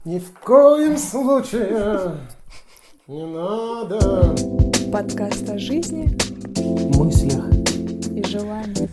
Ни в коем случае не надо. Подкаст о жизни, Мыслях и желаниях.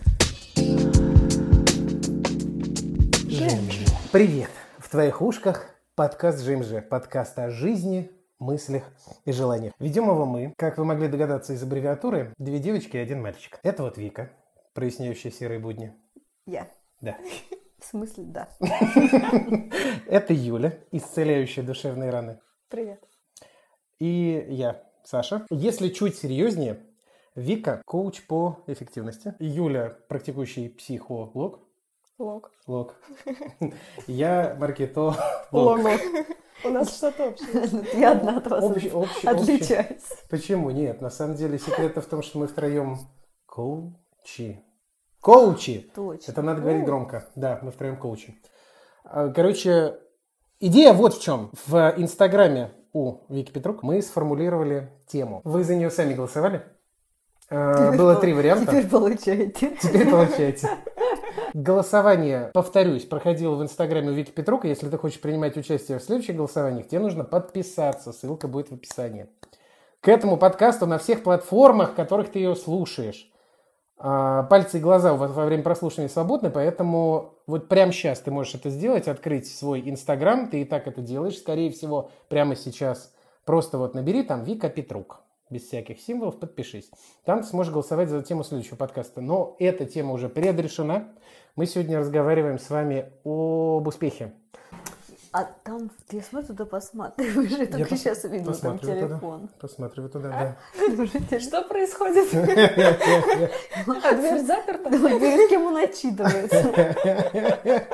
ЖМЖ. Привет! В твоих ушках подкаст ЖМЖ. Подкаст о жизни, мыслях и желаниях. Ведем его мы, как вы могли догадаться из аббревиатуры, 2 девочки и 1 мальчик. Это вот Вика, проясняющая серые будни. Я. Да. В смысле, да. Это Юля, исцеляющая душевные раны. Привет. И я, Саша. Если чуть серьезнее, Вика – коуч по эффективности. Юля – практикующий психолог. Лог. Я маркетолог. Лог. У нас что-то общее. Я одна от вас отличаюсь. Почему? Нет, на самом деле секрет в том, что мы втроем коучи. Коучи! Точно. Это надо говорить громко. Да, мы втроем коучи. Короче, идея вот в чем. В Инстаграме у Вики Петрук мы сформулировали тему. Вы за нее сами голосовали? Было 3 варианта. Теперь получаете. Голосование, повторюсь, проходило в Инстаграме у Вики Петрук. Если ты хочешь принимать участие в следующих голосованиях, тебе нужно подписаться. Ссылка будет в описании. К этому подкасту на всех платформах, в которых ты ее слушаешь. Пальцы и глаза у вас во время прослушивания свободны, поэтому вот прямо сейчас ты можешь это сделать, открыть свой Инстаграм, ты и так это делаешь, скорее всего, прямо сейчас. Просто вот набери там Вика Петрук, без всяких символов, подпишись. Там ты сможешь голосовать за тему следующего подкаста. Но эта тема уже предрешена. Мы сегодня разговариваем с вами об успехе. А там, я смотрю, туда посматриваешь, я только сейчас увидела там телефон. Посматриваю туда, да. Что происходит? А дверь заперта? С кем он отчитывается?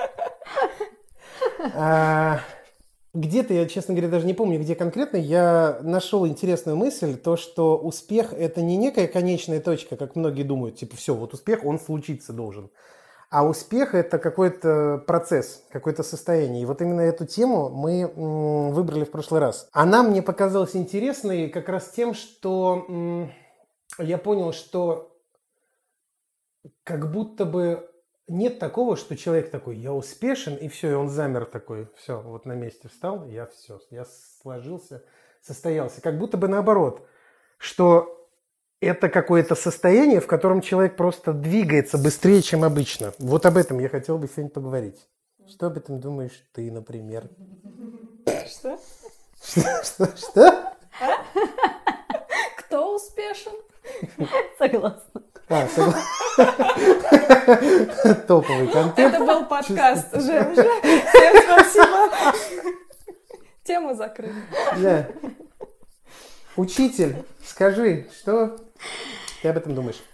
Где-то, я, честно говоря, даже не помню, где конкретно, я нашел интересную мысль, то, что успех – это не некая конечная точка, как многие думают, типа, все, вот успех, он случиться должен. А успех – это какой-то процесс, какое-то состояние. И вот именно эту тему мы выбрали в прошлый раз. Она мне показалась интересной как раз тем, что я понял, что как будто бы нет такого, что человек такой, я успешен, и все, и он замер такой, все, вот на месте встал, я сложился, состоялся. Как будто бы наоборот, что это какое-то состояние, в котором человек просто двигается быстрее, чем обычно. Вот об этом я хотел бы сегодня поговорить. Что об этом думаешь ты, например? Что? Что? Кто успешен? Согласна. Согласна. Топовый контент. Это был подкаст уже. Всем спасибо. Тему закрыли. Да. Учитель, скажи, что ты об этом думаешь?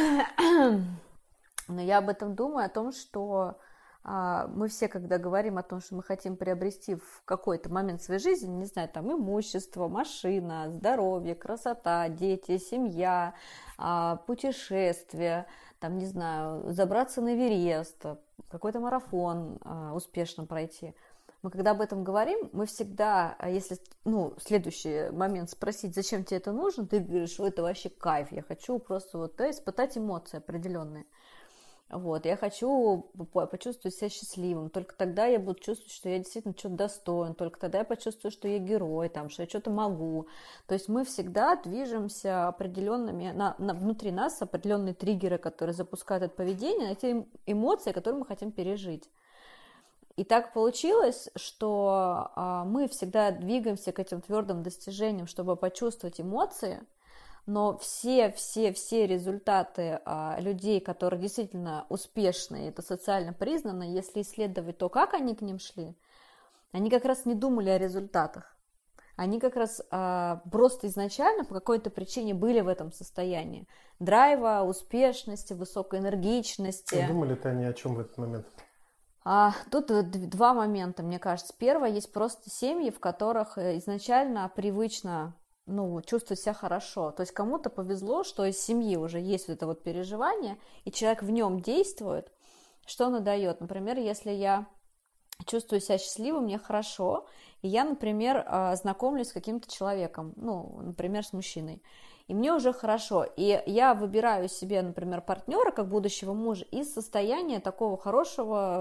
Но я об этом думаю, о том, что мы все, когда говорим о том, что мы хотим приобрести в какой-то момент своей жизни, не знаю, там имущество, машина, здоровье, красота, дети, семья, путешествия, там, не знаю, забраться на Эверест, какой-то марафон успешно пройти. Мы когда об этом говорим, мы всегда, если, следующий момент спросить, зачем тебе это нужно, ты говоришь, что это вообще кайф, я хочу просто испытать эмоции определенные. Вот, я хочу почувствовать себя счастливым, только тогда я буду чувствовать, что я действительно что-то достоин, только тогда я почувствую, что я герой, что я что-то могу. То есть мы всегда движемся определенными, внутри нас определенные триггеры, которые запускают это поведение, на те эмоции, которые мы хотим пережить. И так получилось, что мы всегда двигаемся к этим твердым достижениям, чтобы почувствовать эмоции, но все результаты людей, которые действительно успешны, это социально признано, если исследовать то, как они к ним шли, они как раз не думали о результатах. Они как раз просто изначально по какой-то причине были в этом состоянии. Драйва, успешности, высокой энергичности. Думали-то они о чем в этот момент? Тут 2 момента, мне кажется. Первое, есть просто семьи, в которых изначально привычно чувствовать себя хорошо. То есть кому-то повезло, что из семьи уже есть вот это вот переживание, и человек в нем действует. Что оно дает? Например, если я чувствую себя счастливым, мне хорошо, и я, например, знакомлюсь с каким-то человеком, например, с мужчиной, и мне уже хорошо, и я выбираю себе, например, партнера как будущего мужа из состояния такого хорошего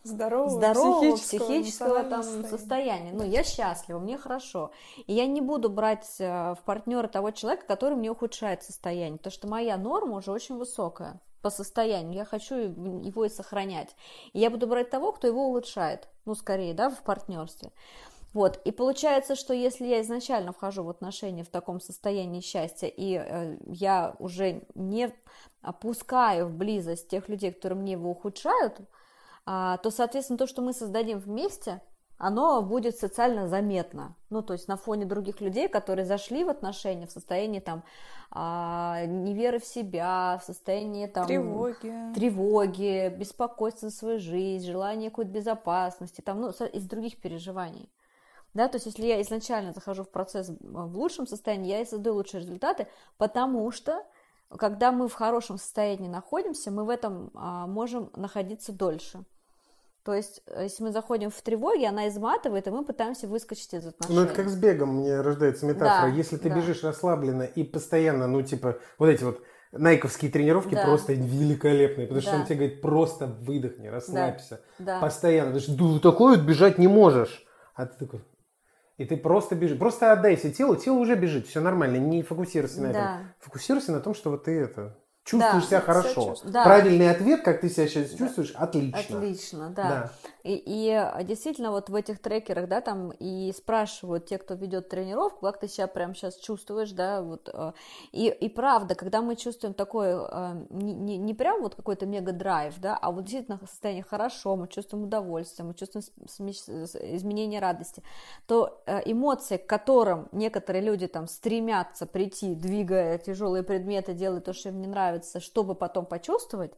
здорового психического там состояния. Ну, я счастлива, мне хорошо. И я не буду брать в партнера того человека, который мне ухудшает состояние, потому что моя норма уже очень высокая по состоянию, я хочу его и сохранять. И я буду брать того, кто его улучшает, ну, скорее, да, в партнерстве. Вот, и получается, что если я изначально вхожу в отношения в таком состоянии счастья, и я уже не опускаю в близость тех людей, которые мне его ухудшают, то, соответственно, то, что мы создадим вместе, оно будет социально заметно. Ну, то есть на фоне других людей, которые зашли в отношения в состоянии там неверы в себя, в состоянии там тревоги, беспокойства за свою жизнь, желания какой-то безопасности, там, ну, из других переживаний. Да, то есть если я изначально захожу в процесс в лучшем состоянии, я и создаю лучшие результаты, потому что когда мы в хорошем состоянии находимся, мы в этом можем находиться дольше. То есть, если мы заходим в тревоги, она изматывает, и мы пытаемся выскочить из отношений. Ну, это как с бегом, мне рождается метафора. Да, если ты бежишь расслабленно и постоянно, ну, типа, вот эти вот найковские тренировки просто великолепные, потому что он тебе говорит, просто выдохни, расслабься. Постоянно. Ты же такой вот бежать не можешь. А ты такой... И ты просто бежишь. Просто отдайся телу, тело уже бежит, все нормально, не фокусируйся на этом. Фокусируйся на том, что вот ты чувствуешь себя хорошо. Правильный ответ, как ты себя сейчас чувствуешь, отлично. Отлично, да. И действительно вот в этих трекерах, да, там и спрашивают те, кто ведет тренировку, как ты себя прямо сейчас чувствуешь, да, вот. И правда, когда мы чувствуем такой, не прям вот какой-то мега-драйв, да, а вот действительно состояние хорошо, мы чувствуем удовольствие, мы чувствуем изменение радости, то эмоции, к которым некоторые люди там стремятся прийти, двигая тяжелые предметы, делая то, что им не нравится, чтобы потом почувствовать,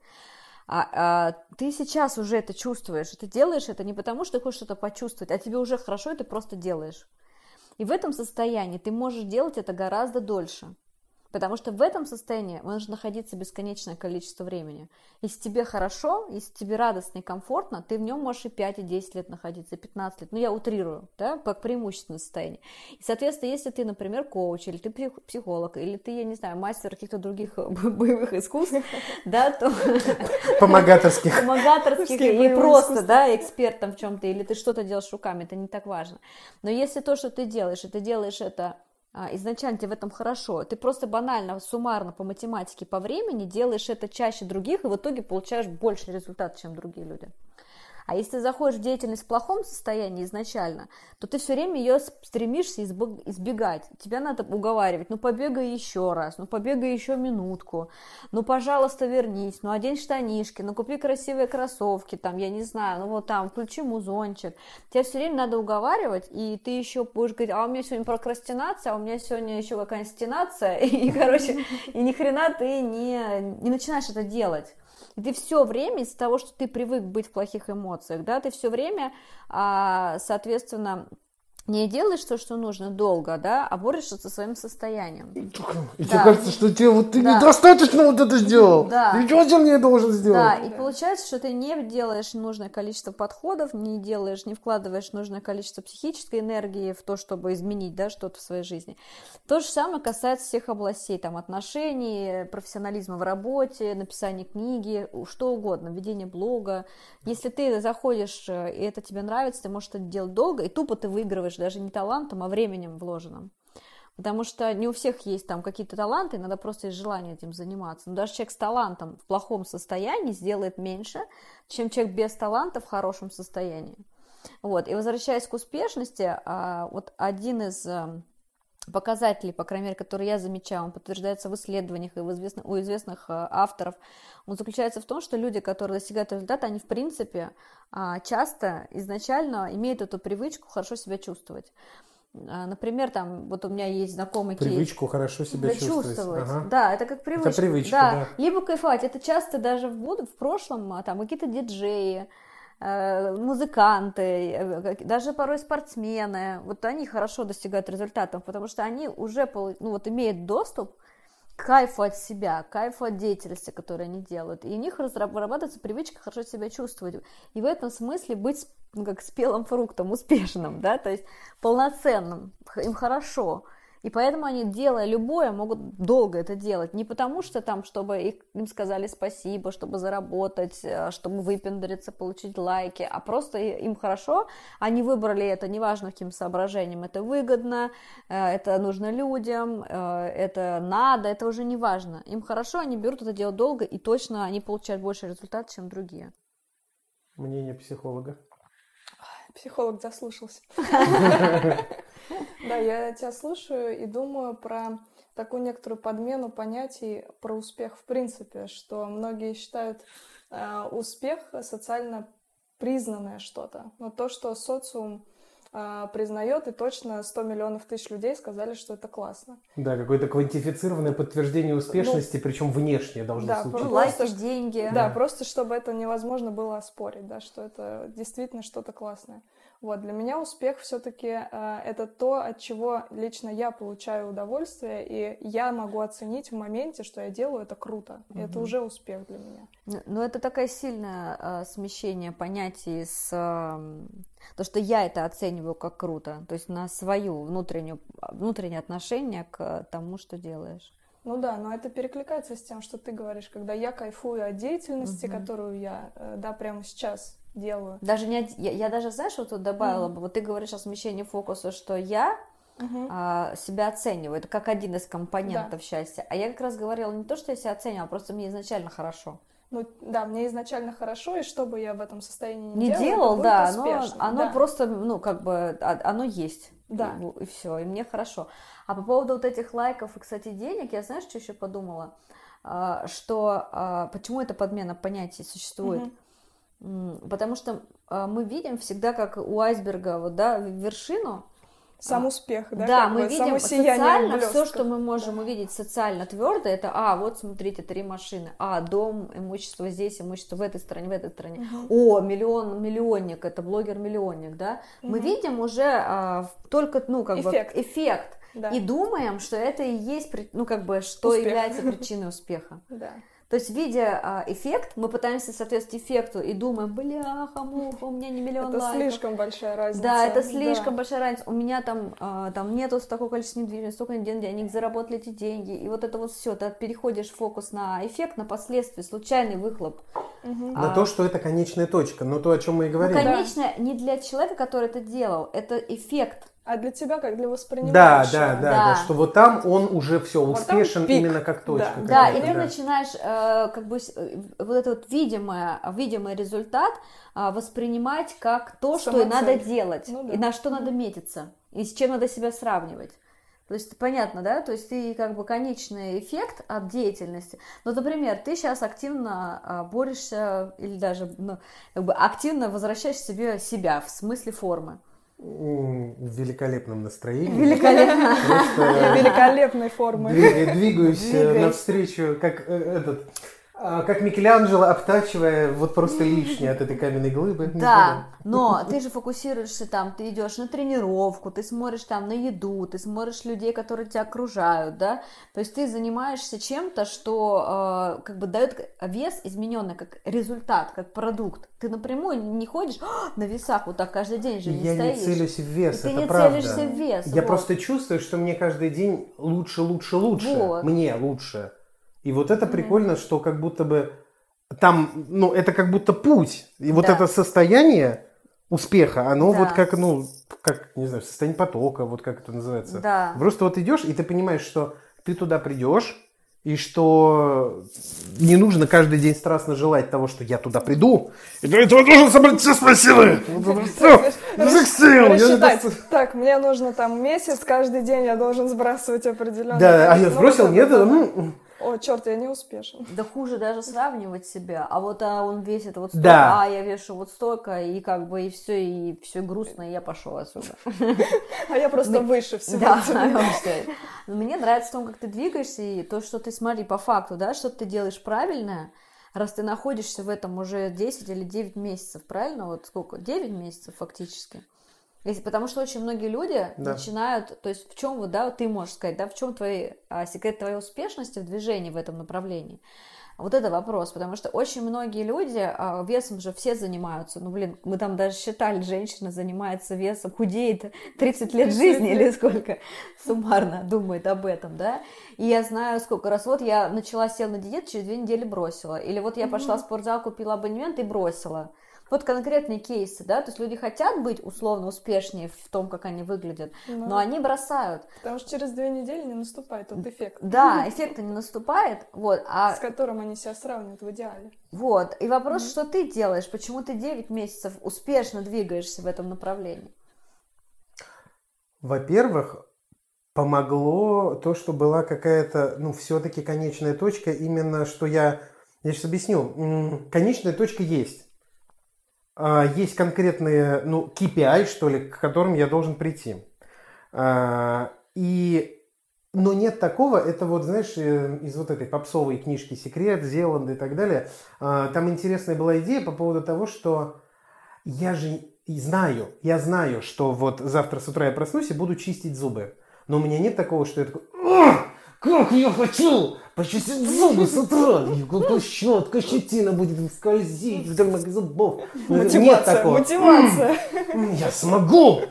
ты сейчас уже это чувствуешь, и ты делаешь это не потому, что ты хочешь что-то почувствовать, а тебе уже хорошо, и ты просто делаешь. И в этом состоянии ты можешь делать это гораздо дольше. Потому что в этом состоянии можно находиться бесконечное количество времени. Если тебе хорошо, если тебе радостно и комфортно, ты в нем можешь и 5, и 10 лет находиться, и 15 лет. Ну, я утрирую, да, как преимущественное состояние. И, соответственно, если ты, например, коуч, или ты психолог, или ты, я не знаю, мастер каких-то других боевых искусств, да, то... Помогаторских. И просто, да, эксперт там в чем-то, или ты что-то делаешь руками, это не так важно. Но если то, что ты делаешь, и ты делаешь это... изначально тебе в этом хорошо, ты просто банально, суммарно по математике, по времени делаешь это чаще других, и в итоге получаешь больше результат, чем другие люди. А если ты заходишь в деятельность в плохом состоянии изначально, то ты все время ее стремишься избегать. Тебя надо уговаривать, ну побегай еще раз, ну побегай еще минутку, ну пожалуйста вернись, ну одень штанишки, ну купи красивые кроссовки, там, я не знаю, ну вот там, включи музончик. Тебя все время надо уговаривать, и ты еще будешь говорить, а у меня сегодня прокрастинация, а у меня сегодня еще какая-нибудь стенация, и, короче, и ни хрена ты не начинаешь это делать. И ты все время из-за того, что ты привык быть в плохих эмоциях, да, ты все время, соответственно, не делаешь то, что нужно долго, да, а борешься со своим состоянием. И тебе кажется, что ты недостаточно вот это сделал. Да. И что же мне должен сделать? Да, и получается, что ты не делаешь нужное количество подходов, не вкладываешь нужное количество психической энергии в то, чтобы изменить, да, что-то в своей жизни. То же самое касается всех областей, там, отношений, профессионализма в работе, написания книги, что угодно, ведение блога. Если ты заходишь, и это тебе нравится, ты можешь это делать долго, и тупо ты выигрываешь даже не талантом, а временем вложенным. Потому что не у всех есть там какие-то таланты, надо просто есть желание этим заниматься. Но даже человек с талантом в плохом состоянии сделает меньше, чем человек без таланта в хорошем состоянии. Вот. И возвращаясь к успешности, вот один из показателей, по крайней мере, которые я замечаю, он подтверждается в исследованиях и у известных авторов, он заключается в том, что люди, которые достигают результата, они, в принципе, часто изначально имеют эту привычку хорошо себя чувствовать. Например, там, вот у меня есть знакомый привычку хорошо себя чувствовать. Ага. Да, это как привычка. Это привычка, да. Либо кайфовать. Это часто даже в прошлом, там, какие-то диджеи, музыканты, даже порой спортсмены, вот они хорошо достигают результатов, потому что они уже имеют доступ к кайфу от себя, к кайфу от деятельности, которую они делают, и у них вырабатывается привычка хорошо себя чувствовать, и в этом смысле быть как спелым фруктом, успешным, да, то есть полноценным, им хорошо. И поэтому они, делая любое, могут долго это делать. Не потому что там, чтобы им сказали спасибо, чтобы заработать, чтобы выпендриться, получить лайки, а просто им хорошо, они выбрали это, неважно каким соображением, это выгодно, это нужно людям, это надо, это уже не важно. Им хорошо, они берут это дело долго, и точно они получают больше результат, чем другие. Мнение психолога. Психолог заслушался. Да, я тебя слушаю и думаю про такую некоторую подмену понятий про успех в принципе, что многие считают успех социально признанное что-то. Но то, что социум признает, и точно 100 миллионов тысяч людей сказали, что это классно. Да, какое-то квантифицированное подтверждение успешности, причем внешнее должно случиться. Лайки, деньги. Да, просто чтобы это невозможно было оспорить, да, что это действительно что-то классное. Вот, для меня успех все-таки это то, от чего лично я получаю удовольствие, и я могу оценить в моменте, что я делаю, это круто. И это уже успех для меня. Но это такое сильное смещение понятий с то, что я это оцениваю как круто, то есть на свою внутреннее отношение к тому, что делаешь. Ну да, но это перекликается с тем, что ты говоришь, когда я кайфую от деятельности, которую я, да, прямо сейчас делаю. Даже не, я даже, знаешь, вот тут добавила бы, вот ты говоришь о смещении фокуса, что я себя оцениваю, это как один из компонентов счастья, а я как раз говорила не то, что я себя оценивала, просто мне изначально хорошо. Ну да, мне изначально хорошо, и что бы я в этом состоянии не делал, да, оно просто, ну, как бы, оно есть, да. И все, и мне хорошо. А по поводу вот этих лайков и, кстати, денег, я, знаешь, что еще подумала, что почему эта подмена понятий существует? Потому что мы видим всегда, как у айсберга, вот, да, вершину. Сам успех, да? Да, мы видим социально все, что мы можем увидеть социально твердо, это, вот смотрите, 3 машины, дом, имущество здесь, имущество в этой стране, миллионник, это блогер-миллионник, да? Мы видим уже только, ну, как бы, эффект. Да. И думаем, что это и есть, ну, как бы, что успех. Является причиной успеха. Да. То есть, видя эффект, мы пытаемся соответствовать эффекту и думаем, бляха-муха, у меня не миллион лайков. Это слишком большая разница. Да, это слишком большая разница. У меня там нету такого количества недвижимости, столько денег, заработали эти деньги. И вот это вот все, ты переходишь фокус на эффект, на последствия, случайный выхлоп. На то, что это конечная точка, но то, о чем мы и говорили. Ну, конечная не для человека, который это делал, это эффект. А для тебя, как для воспринимающего. Да, что вот там он уже все успешен именно как точка. Да, и ты начинаешь как бы вот этот вот видимый результат воспринимать как то, что и надо делать, и на что надо метиться, и с чем надо себя сравнивать. То есть понятно, да? То есть ты как бы конечный эффект от деятельности. Ну, например, ты сейчас активно борешься или даже как бы активно возвращаешь себе себя в смысле формы. В великолепном настроении. Великолепно. Великолепной формы. Двигаюсь навстречу, как Микеланджело, обтачивая вот просто лишнее от этой каменной глыбы. Да, но ты же фокусируешься там, ты идешь на тренировку, ты смотришь там на еду, ты смотришь людей, которые тебя окружают, да, то есть ты занимаешься чем-то, что как бы дает вес измененный, как результат, как продукт. Ты напрямую не ходишь на весах вот так каждый день же не стоишь. Я не целюсь в вес, это правда. Ты не целишься в вес. Я просто чувствую, что мне каждый день лучше. Вот. Мне лучше. И вот это прикольно, что как будто бы там, ну, это как будто путь. И вот это состояние успеха, оно вот как, не знаю, состояние потока, вот как это называется. Да. Просто вот идешь, и ты понимаешь, что ты туда придешь, и что не нужно каждый день страстно желать того, что я туда приду, и для этого должен собрать все свои силы. Рассчитать. Так, мне нужно там месяц, каждый день я должен сбрасывать определенное. Да, а я сбросил, нет, О, черт, я не успешен. Да хуже даже сравнивать себя. А вот он весит вот столько, я вешу вот столько, и как бы и все грустно, и я пошел отсюда. А я просто выше всего. Да, мне нравится в том, как ты двигаешься, и то, что ты, смотри, по факту, да, что ты делаешь правильное, раз ты находишься в этом уже 10 или 9 месяцев, правильно? Вот сколько? 9 месяцев фактически. Потому что очень многие люди Да. начинают, то есть в чем вот, да, ты можешь сказать, да, в чем секрет твоей успешности в движении в этом направлении? Вот это вопрос, потому что очень многие люди весом же все занимаются. Ну, блин, мы там даже считали, женщина занимается весом, худеет 30 лет жизни или сколько суммарно думает об этом, да. И я знаю, сколько раз, вот я села на диету, через 2 недели бросила. Или вот я пошла в спортзал, купила абонемент и бросила. Вот конкретные кейсы, да, то есть люди хотят быть условно успешнее в том, как они выглядят, но они бросают. Потому что через 2 недели не наступает тот эффект. Да, эффекта не наступает, вот. С которым они себя сравнивают в идеале. Вот, и вопрос, что ты делаешь, почему ты 9 месяцев успешно двигаешься в этом направлении? Во-первых, помогло то, что была какая-то, все-таки конечная точка, именно что я сейчас объясню. Конечная точка есть. Есть конкретные, KPI, что ли, к которым я должен прийти. Но нет такого, это вот, знаешь, из вот этой попсовой книжки «Секрет», «Зеланд» и так далее, там интересная была идея по поводу того, что я знаю, что вот завтра с утра я проснусь и буду чистить зубы. Но у меня нет такого, что я такой: как я хочу почистить зубы с утра, и какая щетка, щетина будет скользить вдоль моих зубов. Нет такого. Мотивация. Я смогу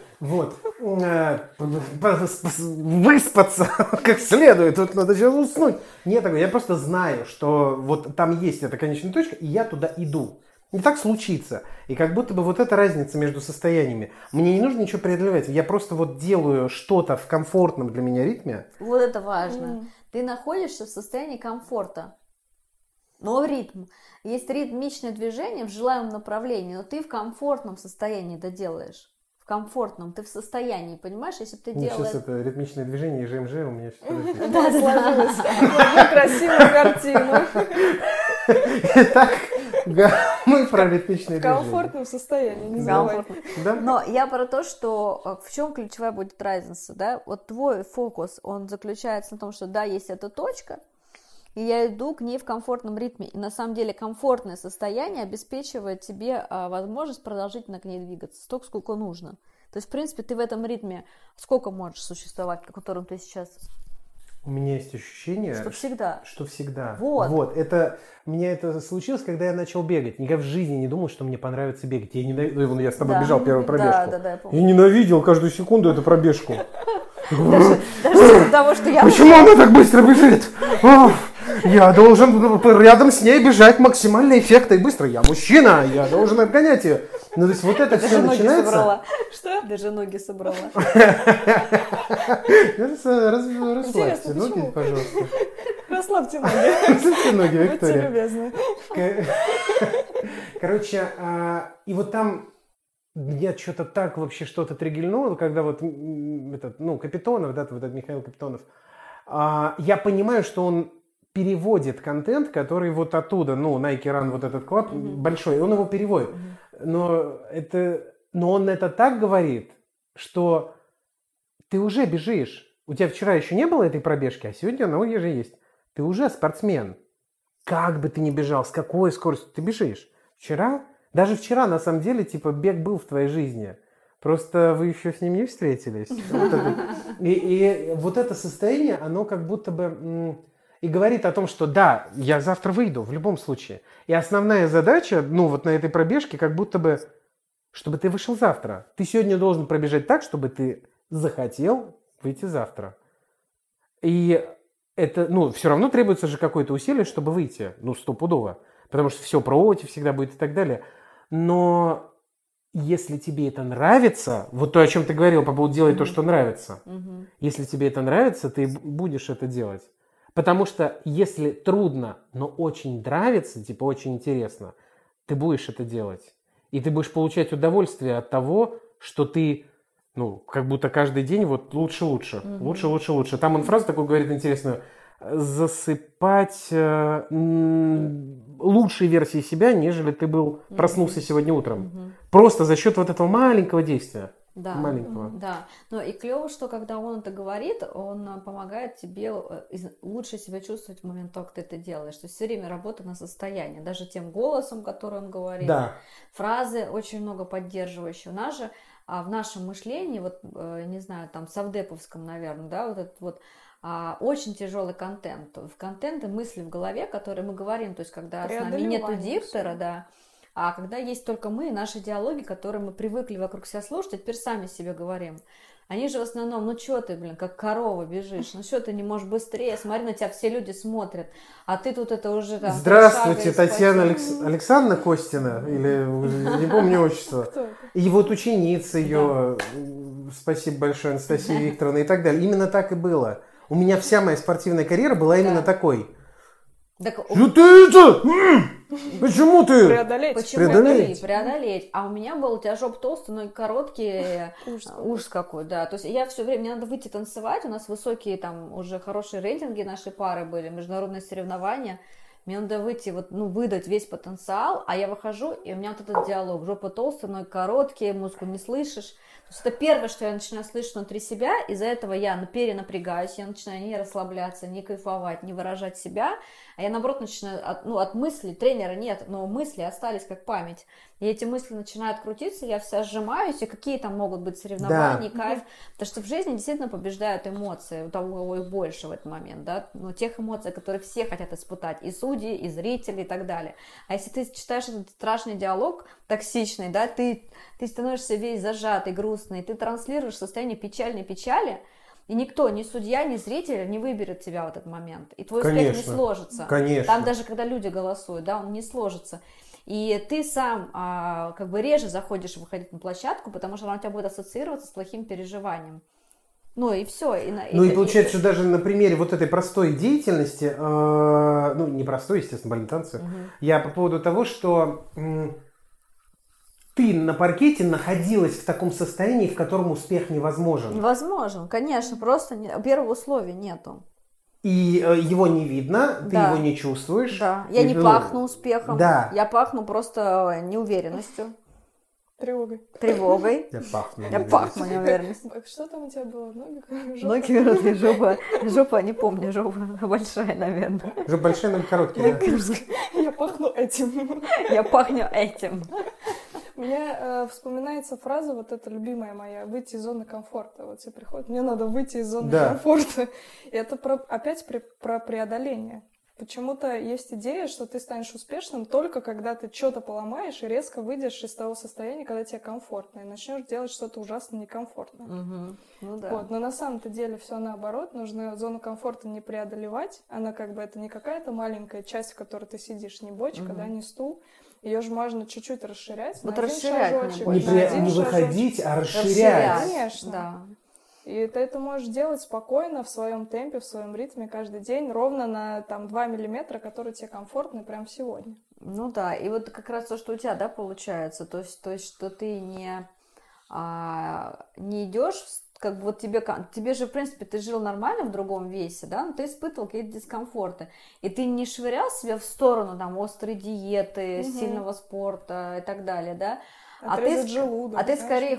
выспаться как следует, тут надо сейчас уснуть. Нет такого, я просто знаю, что вот там есть эта конечная точка, и я туда иду. И так случится. И как будто бы вот эта разница между состояниями. Мне не нужно ничего преодолевать. Я просто вот делаю что-то в комфортном для меня ритме. Вот это важно. Ты находишься в состоянии комфорта. Но ритм. Есть ритмичное движение в желаемом направлении, но ты в комфортном состоянии доделаешь. В комфортном. Ты в состоянии, понимаешь? Если бы ты делаешь... Сейчас это ритмичное движение и ЖМЖ у меня сейчас... Да, сложилось в одну красивую картину. Итак, мы про ритмичное В движение. комфортном состоянии, не забывай. Да? Но я про то, что в чем ключевая будет разница, да? Вот твой фокус, он заключается на том, что да, есть эта точка, и я иду к ней в комфортном ритме. И на самом деле комфортное состояние обеспечивает тебе возможность продолжительно к ней двигаться, столько, сколько нужно. То есть, в принципе, ты в этом ритме сколько можешь существовать, в котором ты сейчас... У меня есть ощущение, Что всегда. Что всегда. Вот. У меня это случилось, когда я начал бегать. Никогда в жизни не думал, что мне понравится бегать. Я с тобой бежал первую пробежку. Да, я помню. Я ненавидел каждую секунду эту пробежку. Даже из-за того, что я... Почему она так быстро бежит? Я должен рядом с ней бежать максимально эффектно и быстро. Я мужчина, я должен обгонять ее. Ну, то есть вот это все начинается... собрала. Что? Даже ноги собрала. Расслабьте ноги, пожалуйста. Расслабьте ноги. Расслабьте ноги, Будьте Виктория. любезны. Короче, и вот там меня что-то так вообще что-то триггернуло, когда вот Капитонов, да, вот этот Михаил Капитонов, я понимаю, что он переводит контент, который вот оттуда, Nike Run, вот этот клуб большой, он его переводит. Но он это так говорит, что ты уже бежишь. У тебя вчера еще не было этой пробежки, а сегодня она уже есть. Ты уже спортсмен. Как бы ты ни бежал, с какой скоростью ты бежишь. Даже вчера, на самом деле, бег был в твоей жизни. Просто вы еще с ним не встретились. И вот это состояние, оно как будто бы... И говорит о том, что да, я завтра выйду в любом случае. И основная задача, вот на этой пробежке, как будто бы, чтобы ты вышел завтра. Ты сегодня должен пробежать так, чтобы ты захотел выйти завтра. И это, все равно требуется же какое-то усилие, чтобы выйти. Стопудово. Потому что все против всегда будет и так далее. Но если тебе это нравится, вот то, о чем ты говорил по поводу делать то, что нравится. Если тебе это нравится, ты будешь это делать. Потому что если трудно, но очень нравится, очень интересно, ты будешь это делать. И ты будешь получать удовольствие от того, что ты, как будто каждый день лучше. Лучше. Там он фразу такую говорит интересную. Засыпать лучшей версией себя, нежели ты проснулся сегодня утром. Просто за счет вот этого маленького действия. Да, маленького. Да. Но и клево, что когда он это говорит, он помогает тебе лучше себя чувствовать в момент, как ты это делаешь. То есть все время работа на состояние. Даже тем голосом, который он говорит. Да. Фразы очень много поддерживающие. У нас же в нашем мышлении, вот, не знаю, там, совдеповском, наверное, да, вот этот вот, очень тяжелый контент. В контенте мысли в голове, которые мы говорим, то есть когда с нами нету диктора, да, а когда есть только мы и наши диалоги, которые мы привыкли вокруг себя слушать, а теперь сами себе говорим. Они же в основном, ну что ты, блин, как корова бежишь, ну что ты не можешь быстрее, смотри, на тебя все люди смотрят, а ты тут это уже там... Здравствуйте, Татьяна Александровна Костина, или не помню отчество. И вот ученица ее, спасибо большое, Анастасия Викторовна, и так далее. Именно так и было. У меня вся моя спортивная карьера была именно такой. Что ты это? Почему ты? Преодолеть. А у меня был, у тебя жопа толстая, ноги короткие. Ужас какой, да. То есть я все время, мне надо выйти танцевать, у нас высокие там уже хорошие рейтинги нашей пары были, международные соревнования. Мне надо выйти, вот, ну, выдать весь потенциал, а я выхожу, и у меня вот этот диалог. Жопа толстая, ноги короткие, музыку не слышишь. То есть это первое, что я начинаю слышать внутри себя, из-за этого я перенапрягаюсь, я начинаю не расслабляться, не кайфовать, не выражать себя, а я, наоборот, начинаю, от мыслей, тренера нет, но мысли остались как память. И эти мысли начинают крутиться, я вся сжимаюсь, и какие там могут быть соревнования, кайф. Потому что в жизни действительно побеждают эмоции, у того, у кого их больше в этот момент, да, но тех эмоций, которые все хотят испытать, и судьи, и зрители, и так далее. А если ты читаешь этот страшный диалог, токсичный, да, ты становишься весь зажатый, грустный, ты транслируешь состояние печальной печали, и никто, ни судья, ни зритель не выберет тебя в этот момент. И твой успех не сложится. Конечно. Там даже когда люди голосуют, да, он не сложится. И ты сам как бы реже заходишь выходить на площадку, потому что она у тебя будет ассоциироваться с плохим переживанием. Ну и все. И получается, что даже на примере вот этой простой деятельности, ну не простой, естественно, бальные танцы, я по поводу того, что ты на паркете находилась в таком состоянии, в котором успех невозможен. Невозможен, конечно, просто первого условия нету. И его не видно, ты его не чувствуешь. Да, я не пахну успехом, я пахну просто неуверенностью. Тревогой. Я пахну неуверенностью. Что там у тебя было? Ноги, жопа, не помню, жопа большая, наверное. Жопа большая, но короткая. Я пахну этим. Я пахну этим. Мне вспоминается фраза, вот эта любимая моя, выйти из зоны комфорта. Вот все приходят, мне надо выйти из зоны комфорта. И это опять про преодоление. Почему-то есть идея, что ты станешь успешным только когда ты что-то поломаешь и резко выйдешь из того состояния, когда тебе комфортно, и начнешь делать что-то ужасно некомфортное. Ну, да. Вот. Но на самом-то деле все наоборот. Нужно зону комфорта не преодолевать. Она как бы это не какая-то маленькая часть, в которой ты сидишь, не бочка, да, не стул. Ее же можно чуть-чуть расширять. Вот на расширять один шажочек, не выходить, а расширять. Конечно. Да. И ты это можешь делать спокойно, в своем темпе, в своем ритме, каждый день, ровно на там 2 миллиметра, которые тебе комфортны прямо сегодня. Ну да, и вот как раз то, что у тебя, да, получается, то есть что ты не идешь, как бы вот тебе же, в принципе, ты жил нормально в другом весе, да, но ты испытывал какие-то дискомфорты, и ты не швырял себя в сторону, там, острой диеты, сильного спорта и так далее, да, ты скорее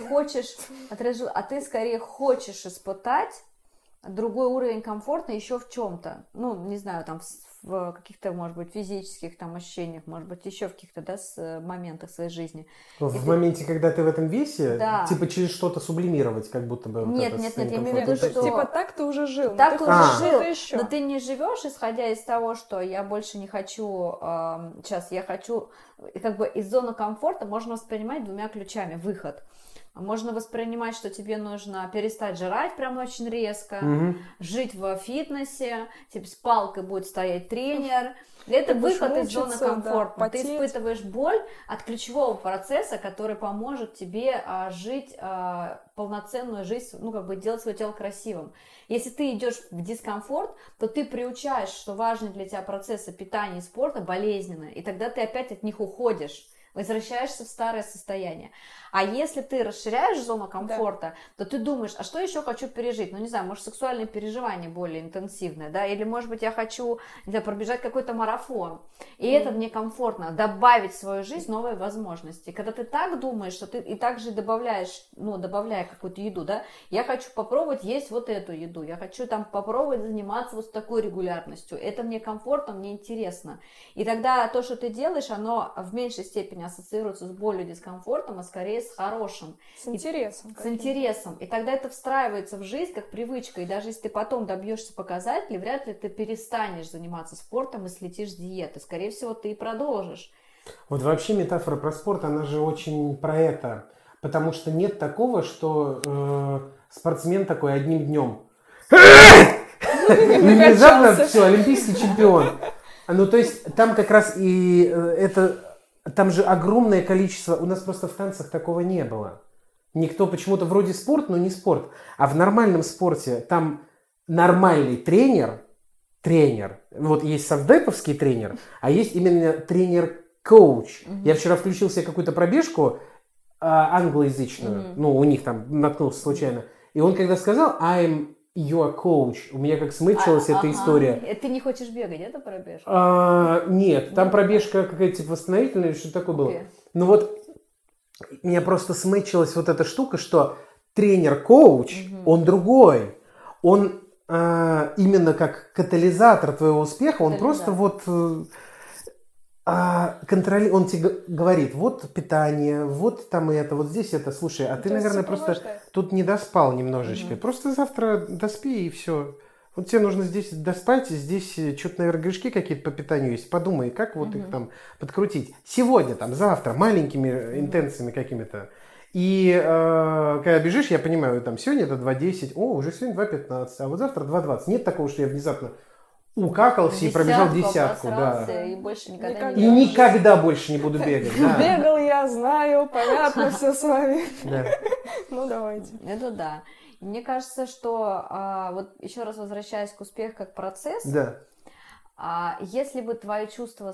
хочешь испытать другой уровень комфорта еще в чем-то, ну, не знаю, там, в каких-то, может быть, физических там ощущениях, может быть, еще в каких-то, да, моментах своей жизни. В моменте, когда ты в этом весе, типа через что-то сублимировать, как будто бы... Нет, я имею в виду, что... Типа так ты уже жил. Так ты уже жил, но ты не живешь, исходя из того, что я больше не хочу... Сейчас я хочу... Как бы из зоны комфорта можно воспринимать двумя ключами. Выход. Можно воспринимать, что тебе нужно перестать жрать прям очень резко, жить в фитнесе, типа с палкой будет стоять тренер. Это выход из зоны комфорта. Да, ты испытываешь боль от ключевого процесса, который поможет тебе жить полноценную жизнь, ну, как бы делать свое тело красивым. Если ты идешь в дискомфорт, то ты приучаешь, что важные для тебя процессы питания и спорта болезненные, и тогда ты опять от них уходишь. Возвращаешься в старое состояние. А если ты расширяешь зону комфорта, то ты думаешь, а что еще хочу пережить? Ну, не знаю, может, сексуальные переживания более интенсивные, да, или, может быть, я хочу, не знаю, пробежать какой-то марафон, и это мне комфортно, добавить в свою жизнь новые возможности. Когда ты так думаешь, что ты и также добавляешь, ну, добавляя какую-то еду, да, я хочу попробовать есть вот эту еду, я хочу там попробовать заниматься вот с такой регулярностью, это мне комфортно, мне интересно. И тогда то, что ты делаешь, оно в меньшей степени ассоциируется с болью, дискомфортом, а скорее с хорошим. С интересом. С интересом. И тогда это встраивается в жизнь как привычка. И даже если ты потом добьешься показателей, вряд ли ты перестанешь заниматься спортом и слетишь с диеты. Скорее всего, ты и продолжишь. Вот вообще метафора про спорт, она же очень про это. Потому что нет такого, что спортсмен такой одним днем. Внезапно все, олимпийский чемпион. Ну, то есть, там как раз и это... Там же огромное количество... У нас просто в танцах такого не было. Никто почему-то вроде спорт, но не спорт. А в нормальном спорте там нормальный тренер. Вот есть совдеповский тренер, а есть именно тренер-коуч. Я вчера включил себе какую-то пробежку англоязычную. Ну, у них там наткнулся случайно. И он когда сказал I'm your coach, у меня как смычилась эта история. Ты не хочешь бегать, это пробежка? Нет, там пробежка какая-то типа восстановительная, что такое было. Ну вот, меня просто смычилась вот эта штука, что тренер-коуч, он другой. Он именно как катализатор твоего успеха, он просто вот... он тебе говорит, вот питание, вот там это, вот здесь это. Слушай, а ты, наверное, просто тут не доспал немножечко. Просто завтра доспи и все. Вот тебе нужно здесь доспать, здесь что-то, наверное, грешки какие-то по питанию есть. Подумай, как вот их там подкрутить. Сегодня, там, завтра, маленькими интенциями какими-то. И когда бежишь, я понимаю, там, сегодня это 2:10, уже сегодня 2:15, а вот завтра 2:20. Нет такого, что я внезапно... укакался и пробежал десятку, да. И больше никогда и никогда больше не буду бегать. Да. Бегал я, знаю, понятно все с вами. Да. Ну, давайте. Это да. Мне кажется, что вот еще раз возвращаясь к успеху как процесс, да. Если бы твое чувство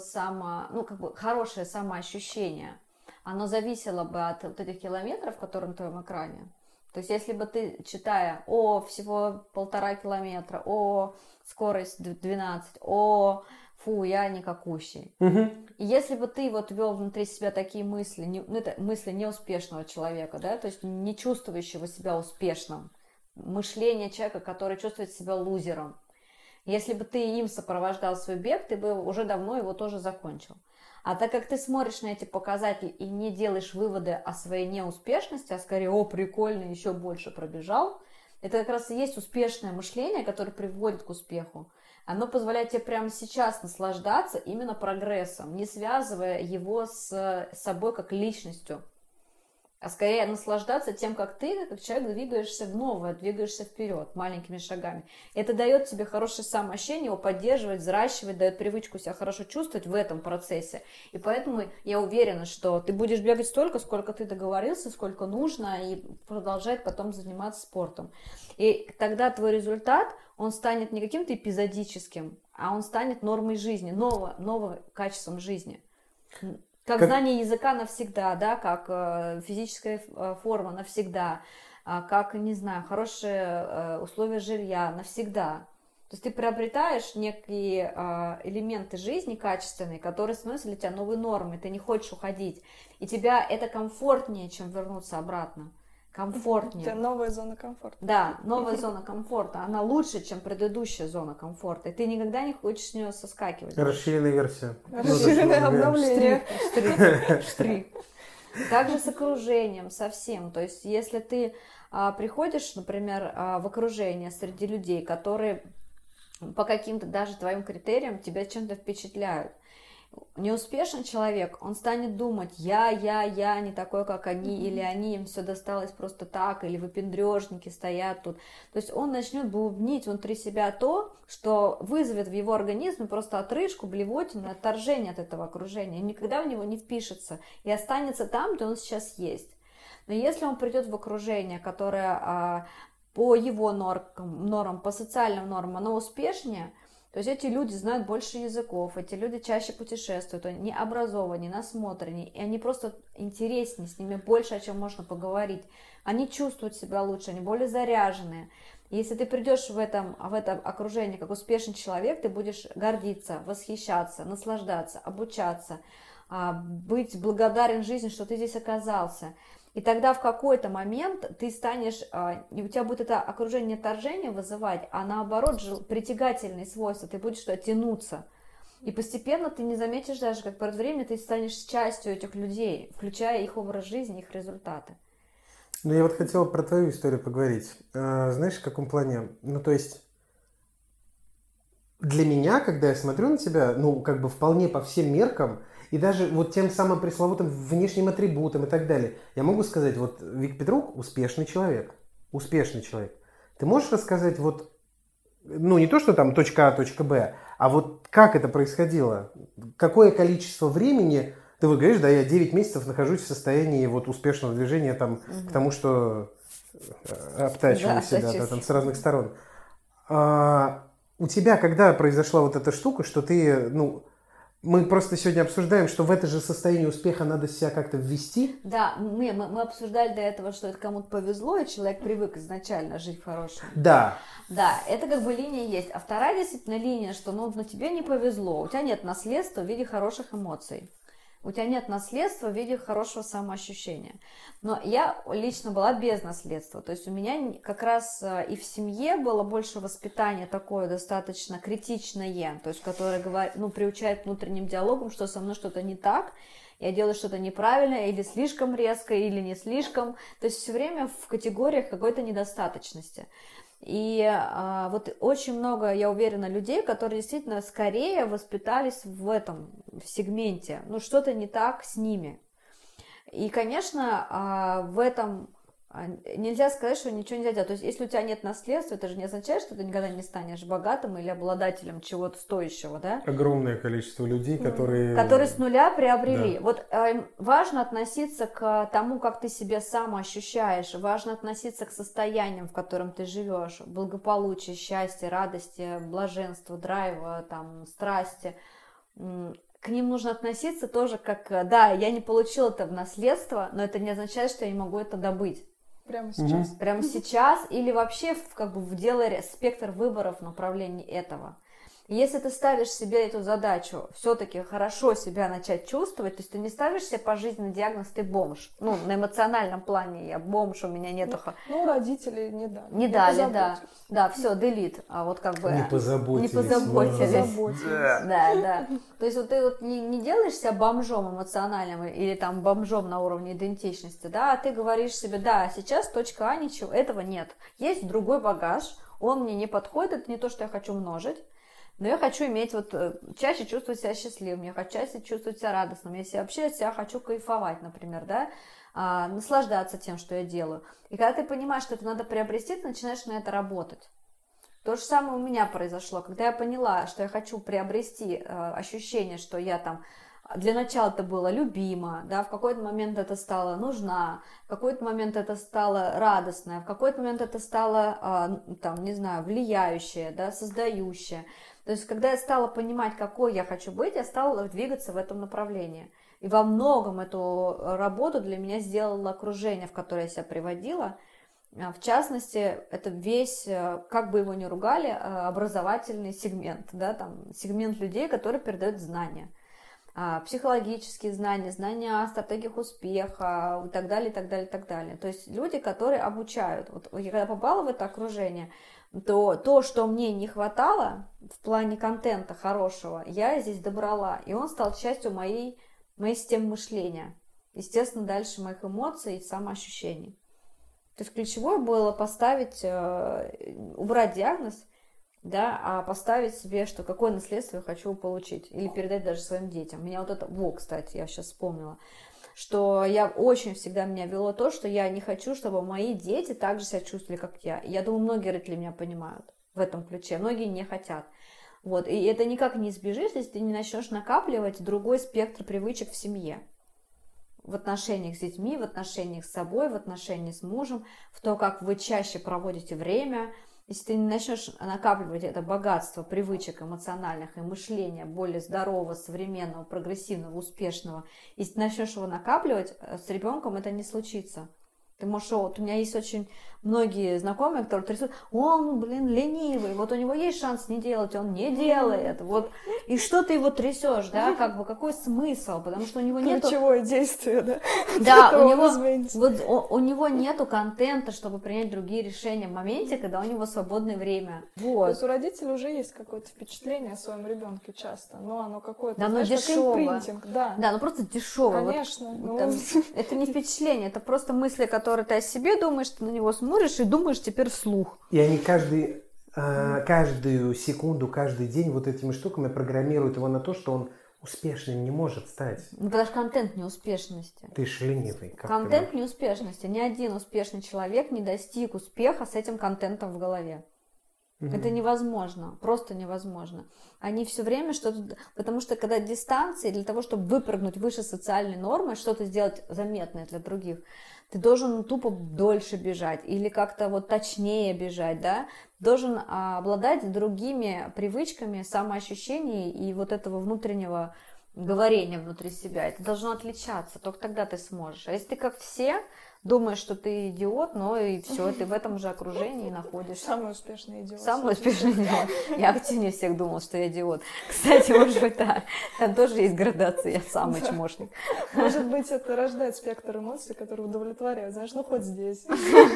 хорошее самоощущение, оно зависело бы от вот этих километров, которые на твоем экране. То есть, если бы ты, читая, всего 1,5 километра, скорость 12, фу, я никакущий. И если бы ты вот вел внутри себя такие мысли, это мысли неуспешного человека, да, то есть не чувствующего себя успешным, мышление человека, который чувствует себя лузером, если бы ты им сопровождал свой бег, ты бы уже давно его тоже закончил. А так как ты смотришь на эти показатели и не делаешь выводы о своей неуспешности, а скорее, прикольно, еще больше пробежал, это как раз и есть успешное мышление, которое приводит к успеху. Оно позволяет тебе прямо сейчас наслаждаться именно прогрессом, не связывая его с собой как личностью, а скорее наслаждаться тем, как ты, как человек, двигаешься в новое, двигаешься вперед маленькими шагами. Это дает тебе хорошее самоощущение, его поддерживать, взращивать, дает привычку себя хорошо чувствовать в этом процессе. И поэтому я уверена, что ты будешь бегать столько, сколько ты договорился, сколько нужно, и продолжать потом заниматься спортом. И тогда твой результат, он станет не каким-то эпизодическим, а он станет нормой жизни, новым качеством жизни. Как знание языка навсегда, да, как физическая форма навсегда, как, не знаю, хорошие условия жилья навсегда. То есть ты приобретаешь некие элементы жизни качественные, которые становятся для тебя новой нормой, ты не хочешь уходить. И тебя это комфортнее, чем вернуться обратно. Комфортнее. Это новая зона комфорта. Да, новая зона комфорта. Она лучше, чем предыдущая зона комфорта. И ты никогда не хочешь с нее соскакивать. Расширенная версия. Расширенное обновление. Штрих. Также с окружением, со всем. То есть, если ты приходишь, например, в окружение среди людей, которые по каким-то даже твоим критериям тебя чем-то впечатляют. Неуспешный человек, он станет думать, я не такой, как они, или они, им все досталось просто так, или выпендрежники стоят тут. То есть он начнет бубнить внутри себя то, что вызовет в его организме просто отрыжку, блевотину, отторжение от этого окружения, и никогда в него не впишется, и останется там, где он сейчас есть. Но если он придет в окружение, которое по его нормам, по социальным нормам, оно успешнее, то есть эти люди знают больше языков, эти люди чаще путешествуют, они образованнее, насмотреннее, и они просто интереснее, с ними больше о чем можно поговорить. Они чувствуют себя лучше, они более заряженные. И если ты придешь в это окружение как успешный человек, ты будешь гордиться, восхищаться, наслаждаться, обучаться, быть благодарен жизни, что ты здесь оказался. И тогда в какой-то момент ты станешь, у тебя будет это окружение отторжения вызывать, а наоборот притягательные свойства, ты будешь тянуться. И постепенно ты не заметишь даже, как пройдет время, ты станешь частью этих людей, включая их образ жизни, их результаты. Ну, я вот хотел про твою историю поговорить. Знаешь, в каком плане? Ну, то есть, для меня, когда я смотрю на тебя, ну, как бы вполне по всем меркам, и даже вот тем самым пресловутым внешним атрибутам и так далее, я могу сказать, вот Вик Петрук успешный человек. Успешный человек. Ты можешь рассказать вот, ну, не то, что там точка А, точка Б, а вот как это происходило? Какое количество времени, ты вот говоришь, да, я 9 месяцев нахожусь в состоянии вот успешного движения там, к тому, что обтачиваю себя да, там, с разных сторон. У тебя когда произошла вот эта штука, что ты, ну, мы просто сегодня обсуждаем, что в это же состояние успеха надо себя как-то ввести? Да, мы обсуждали до этого, что это кому-то повезло, и человек привык изначально жить в хорошем. Да. Да, это как бы линия есть. А вторая действительно линия, что ну, тебе не повезло, у тебя нет наследства в виде хороших эмоций. У тебя нет наследства в виде хорошего самоощущения. Но я лично была без наследства. То есть у меня как раз и в семье было больше воспитания такое достаточно критичное, то есть которое приучает внутренним диалогом, что со мной что-то не так, я делаю что-то неправильно, или слишком резко, или не слишком. То есть все время в категориях какой-то недостаточности. И вот очень много, я уверена, людей, которые действительно скорее воспитались в этом сегменте. Ну, что-то не так с ними. И, конечно, в этом нельзя сказать, что ничего нельзя делать. То есть, если у тебя нет наследства, это же не означает, что ты никогда не станешь богатым или обладателем чего-то стоящего, да? Огромное количество людей, которые с нуля приобрели. Да. Вот важно относиться к тому, как ты себя сам ощущаешь, важно относиться к состояниям, в котором ты живешь, благополучие, счастье, радости, блаженство, драйва, там, страсти. К ним нужно относиться тоже как, да, я не получила это в наследство, но это не означает, что я не могу это добыть. Прямо сейчас. Прямо сейчас или вообще в деле спектр выборов в направлении этого. Если ты ставишь себе эту задачу все-таки хорошо себя начать чувствовать, то есть ты не ставишь себе пожизненный диагноз, ты бомж. Ну, на эмоциональном плане я бомж, у меня нету... Ну, родители не дали. Не дали, да. Да, все, делит. А вот как бы... Не позаботились. Да. То есть вот ты вот не делаешь себя бомжом эмоциональным или там бомжом на уровне идентичности, да, а ты говоришь себе, да, сейчас точка А, ничего, этого нет. Есть другой багаж, он мне не подходит, это не то, что я хочу множить. Но я хочу иметь чаще чувствовать себя счастливым, я хочу чаще чувствовать себя радостным, я вообще от себя хочу кайфовать, например, да, наслаждаться тем, что я делаю. И когда ты понимаешь, что это надо приобрести, ты начинаешь на это работать. То же самое у меня произошло, когда я поняла, что я хочу приобрести ощущение, что я там, для начала это было любимо, да, в какой-то момент это стало нужна, в какой-то момент это стало радостное, в какой-то момент это стало, там, не знаю, влияющее, да, создающее. То есть, когда я стала понимать, какой я хочу быть, я стала двигаться в этом направлении. И во многом эту работу для меня сделало окружение, в которое я себя приводила. В частности, это весь, как бы его ни ругали, образовательный сегмент, да, там, сегмент людей, которые передают знания. Психологические знания, знания о стратегиях успеха и так далее, и так далее, и так далее. То есть люди, которые обучают. Вот я когда попала в это окружение, то, что мне не хватало в плане контента хорошего, я здесь добрала. И он стал частью моей системы мышления. Естественно, дальше моих эмоций и самоощущений. То есть ключевое было убрать диагноз, да, а поставить себе, что какое наследство я хочу получить или передать даже своим детям. Меня вот это, кстати, я сейчас вспомнила, что я очень всегда меня вело то, что я не хочу, чтобы мои дети так же себя чувствовали, как я. И я думаю, многие родители меня понимают в этом ключе, многие не хотят. Вот, и это никак не избежишь, если ты не начнешь накапливать другой спектр привычек в семье. В отношениях с детьми, в отношениях с собой, в отношениях с мужем, в то, как вы чаще проводите время. Если ты не начнешь накапливать это богатство привычек эмоциональных и мышления более здорового, современного, прогрессивного, успешного, если ты начнешь его накапливать, с ребенком это не случится. Ты можешь, вот у меня есть очень многие знакомые, которые рисуют, он, ленивый, вот у него есть шанс не делать, он не делает, вот, и что ты его трясешь, да, как бы, какой смысл, потому что у него нету... Ключевое действие, да? Да, у него нету контента, чтобы принять другие решения в моменте, когда у него свободное время. Вот. То есть у родителей уже есть какое-то впечатление о своем ребенке часто, но оно какое-то, да, знаешь, дешевое. Импринтинг, да. Да, ну просто дешевое. Конечно. Вот, это не впечатление, это просто мысли, которые ты о себе думаешь, ты на него смотришь и думаешь теперь вслух. И они каждую секунду, каждый день вот этими штуками программируют его на то, что он успешным не может стать. Ну, потому что контент неуспешности. Ты ж ленивый. Контент неуспешности. Ни один успешный человек не достиг успеха с этим контентом в голове. Это невозможно, просто невозможно. Они все время что-то... Потому что когда дистанции, для того, чтобы выпрыгнуть выше социальной нормы, что-то сделать заметное для других, ты должен тупо дольше бежать или как-то вот точнее бежать, да? Должен обладать другими привычками, самоощущений и вот этого внутреннего говорения внутри себя. Это должно отличаться, только тогда ты сможешь. А если ты как все... Думаешь, что ты идиот, но и все, ты в этом же окружении находишься. Самый успешный идиот. Самый успешный идиот. Я активнее всех думала, что я идиот. Кстати, может быть, да. Там тоже есть градация, я самый чмошник. Может быть, это рождает спектр эмоций, которые удовлетворяют. Знаешь, ну хоть здесь.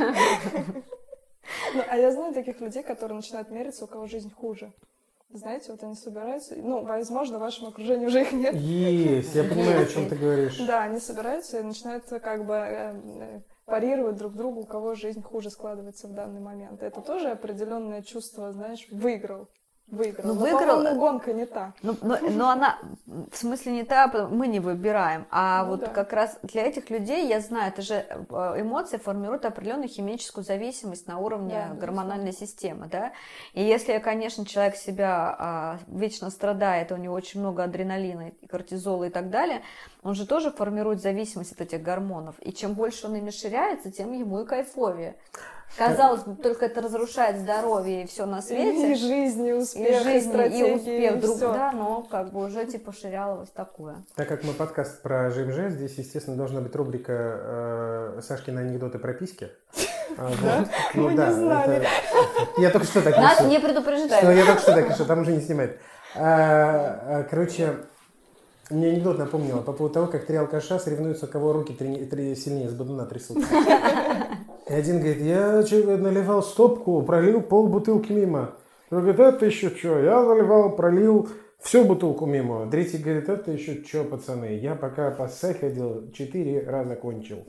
А я знаю таких людей, которые начинают мериться, у кого жизнь хуже. Знаете, вот они собираются, ну, возможно, в вашем окружении уже их нет. Есть, я понимаю, о чем ты говоришь. Да, они собираются и начинают как бы парировать друг другу, у кого жизнь хуже складывается в данный момент. Это тоже определенное чувство, знаешь, выиграл. Ну, но, по-моему, гонка не та. Но она, в смысле, не та, мы не выбираем. А Ну, вот да. как раз для этих людей, я знаю, это же эмоции формируют определенную химическую зависимость на уровне гормональной системы, да. И если, конечно, человек себя вечно страдает, у него очень много адреналина, кортизола и так далее, он же тоже формирует зависимость от этих гормонов. И чем больше он ими ширяется, тем ему и кайфовее. Казалось бы, только это разрушает здоровье и все на свете. И жизнь, и успех, и стратегии, и успех и друг, всё. да, но как бы уже типа ширялось такое. Так как мы подкаст про ЖМЖ, здесь, естественно, должна быть рубрика Сашкины анекдоты про письки. Мы не знали. Я только что так Нас решил. не предупреждают. Я только что так решил, там уже не снимает. Короче, мне анекдот напомнил по поводу того, как три алкаша соревнуются, у кого руки сильнее с бодуна трясутся. И один говорит, я наливал стопку, пролил полбутылки мимо. Другой говорит, это еще что? Я наливал, пролил всю бутылку мимо. Третий говорит, это еще что, пацаны? Я пока по СЭ ходил, 4 раза кончил.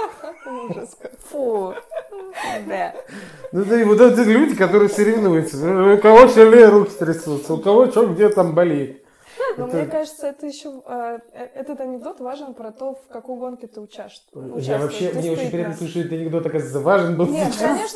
Фу. Да. Ну да и вот эти люди, которые соревнуются. У кого сильнее руки трясутся, у кого что где там болит. Но мне кажется, это еще этот анекдот важен про то, в какой гонке ты участвуешь. Я вообще, мне очень приятно слышать, что этот анекдот, оказывается, важен был Нет, сейчас. конечно,